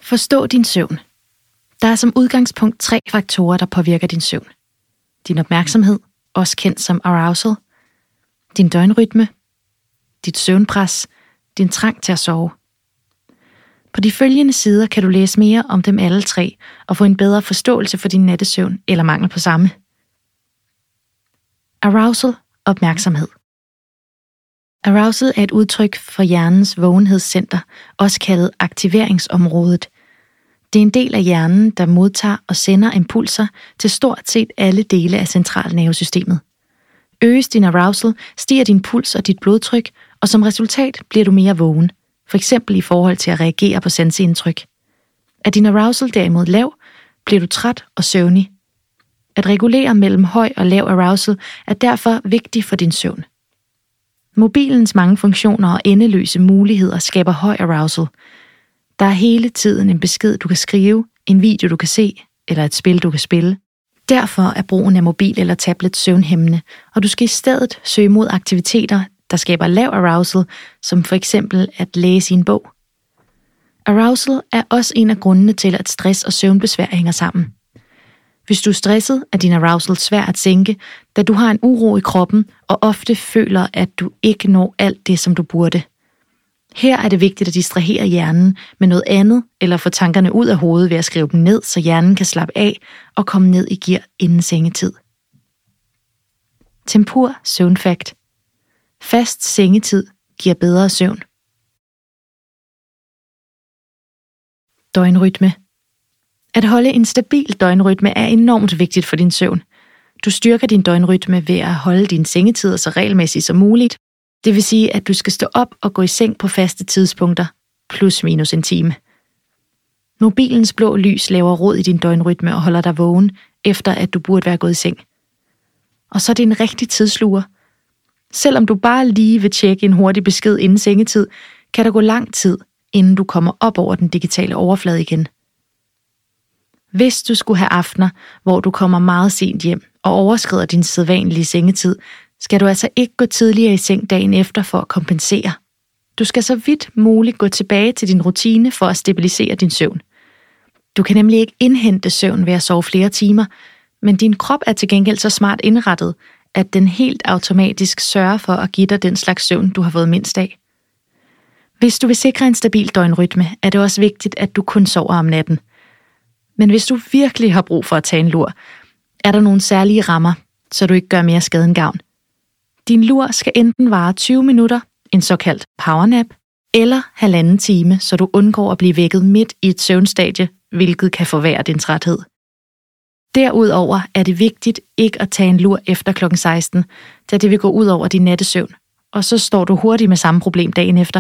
Forstå din søvn. Der er som udgangspunkt 3 faktorer, der påvirker din søvn. Din opmærksomhed, også kendt som arousal, din døgnrytme, dit søvnpres, din trang til at sove. På de følgende sider kan du læse mere om dem alle 3 og få en bedre forståelse for din nattesøvn eller mangel på samme. Arousal, opmærksomhed. Arousal er et udtryk for hjernens vågenhedscenter, også kaldet aktiveringsområdet. Det er en del af hjernen, der modtager og sender impulser til stort set alle dele af centralnervesystemet. Øges din arousal, stiger din puls og dit blodtryk, og som resultat bliver du mere vågen, f.eks. i forhold til at reagere på sanseindtryk. Er din arousal derimod lav, bliver du træt og søvnig. At regulere mellem høj og lav arousal er derfor vigtigt for din søvn. Mobilens mange funktioner og endeløse muligheder skaber høj arousal. Der er hele tiden en besked, du kan skrive, en video, du kan se, eller et spil, du kan spille. Derfor er brugen af mobil eller tablet søvnhæmmende, og du skal i stedet søge mod aktiviteter, der skaber lav arousal, som for eksempel at læse i en bog. Arousal er også en af grundene til, at stress og søvnbesvær hænger sammen. Hvis du er stresset, er din arousal svær at sænke, da du har en uro i kroppen og ofte føler, at du ikke når alt det, som du burde. Her er det vigtigt at distrahere hjernen med noget andet, eller få tankerne ud af hovedet ved at skrive dem ned, så hjernen kan slappe af og komme ned i gear inden sengetid. Tempur søvnfakt. Fast sengetid giver bedre søvn. Døgnrytme. At holde en stabil døgnrytme er enormt vigtigt for din søvn. Du styrker din døgnrytme ved at holde dine sengetider så regelmæssigt som muligt. Det vil sige, at du skal stå op og gå i seng på faste tidspunkter, plus minus en time. Mobilens blå lys laver rod i din døgnrytme og holder dig vågen, efter at du burde være gået i seng. Og så er det en rigtig tidsluger. Selvom du bare lige vil tjekke en hurtig besked inden sengetid, kan der gå lang tid, inden du kommer op over den digitale overflade igen. Hvis du skulle have aftener, hvor du kommer meget sent hjem og overskrider din sædvanlige sengetid, skal du altså ikke gå tidligere i seng dagen efter for at kompensere. Du skal så vidt muligt gå tilbage til din rutine for at stabilisere din søvn. Du kan nemlig ikke indhente søvn ved at sove flere timer, men din krop er til gengæld så smart indrettet, at den helt automatisk sørger for at give dig den slags søvn, du har fået mindst af. Hvis du vil sikre en stabil døgnrytme, er det også vigtigt, at du kun sover om natten. Men hvis du virkelig har brug for at tage en lur, er der nogle særlige rammer, så du ikke gør mere skade end gavn. Din lur skal enten vare 20 minutter, en såkaldt powernap, eller 1,5 time, så du undgår at blive vækket midt i et søvnstadie, hvilket kan forværre din træthed. Derudover er det vigtigt ikke at tage en lur efter kl. 16, da det vil gå ud over din nattesøvn, og så står du hurtigt med samme problem dagen efter.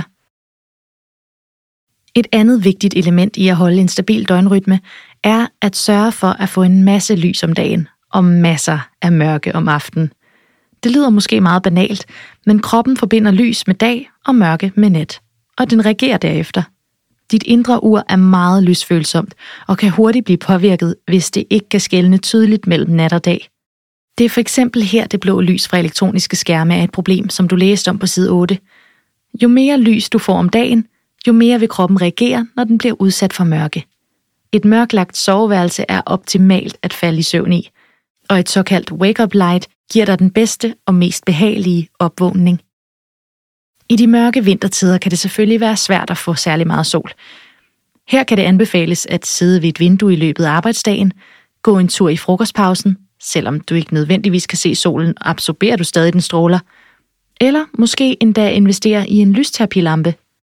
Et andet vigtigt element i at holde en stabil døgnrytme er at sørge for at få en masse lys om dagen og masser af mørke om aftenen. Det lyder måske meget banalt, men kroppen forbinder lys med dag og mørke med nat, og den reagerer derefter. Dit indre ur er meget lysfølsomt og kan hurtigt blive påvirket, hvis det ikke kan skelne tydeligt mellem nat og dag. Det er for eksempel her, det blå lys fra elektroniske skærme er et problem, som du læste om på side 8. Jo mere lys du får om dagen, jo mere vil kroppen reagere, når den bliver udsat for mørke. Et mørklagt soveværelse er optimalt at falde i søvn i, og et såkaldt wake-up light giver dig den bedste og mest behagelige opvågning. I de mørke vintertider kan det selvfølgelig være svært at få særlig meget sol. Her kan det anbefales at sidde ved et vindue i løbet af arbejdsdagen, gå en tur i frokostpausen, selvom du ikke nødvendigvis kan se solen, absorberer du stadig den stråler, eller måske endda investere i en lysterapilampe.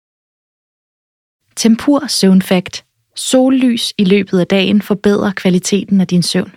Tempur søvnfakt. Sollys i løbet af dagen forbedrer kvaliteten af din søvn.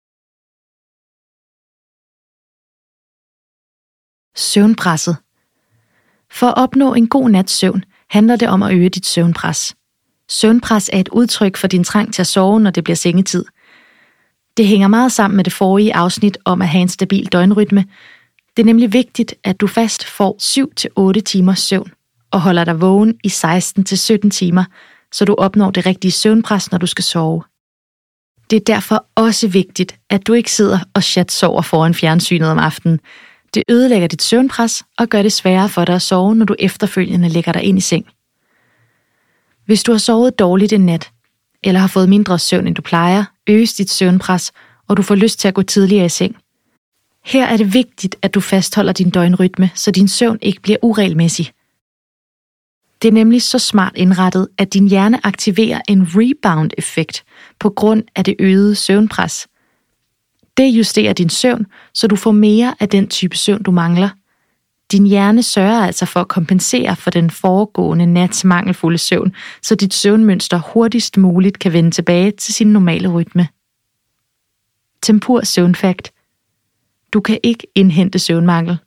Søvnpresset. For at opnå en god nats søvn handler det om at øge dit søvnpres. Søvnpres er et udtryk for din trang til at sove, når det bliver sengetid. Det hænger meget sammen med det forrige afsnit om at have en stabil døgnrytme. Det er nemlig vigtigt, at du fast får 7-8 timers søvn og holder dig vågen i 16-17 timer, så du opnår det rigtige søvnpres, når du skal sove. Det er derfor også vigtigt, at du ikke sidder og chatsover foran fjernsynet om aftenen. Det ødelægger dit søvnpres og gør det sværere for dig at sove, når du efterfølgende lægger dig ind i seng. Hvis du har sovet dårligt en nat, eller har fået mindre søvn, end du plejer, øges dit søvnpres, og du får lyst til at gå tidligere i seng. Her er det vigtigt, at du fastholder din døgnrytme, så din søvn ikke bliver uregelmæssig. Det er nemlig så smart indrettet, at din hjerne aktiverer en rebound-effekt på grund af det øgede søvnpres. Det justerer din søvn, så du får mere af den type søvn, du mangler. Din hjerne sørger altså for at kompensere for den foregående nats mangelfulde søvn, så dit søvnmønster hurtigst muligt kan vende tilbage til sin normale rytme. Tempur søvnfakt. Du kan ikke indhente søvnmangel.